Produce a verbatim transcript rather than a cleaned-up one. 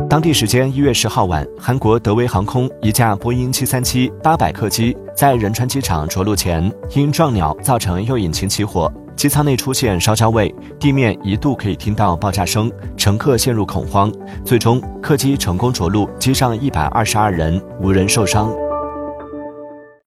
当地时间一月十号晚，韩国德威航空一架波音七三七八百客机在仁川机场着陆前，因撞鸟造成右引擎起火，机舱内出现烧焦味，地面一度可以听到爆炸声，乘客陷入恐慌。最终，客机成功着陆，机上一百二十二人，无人受伤。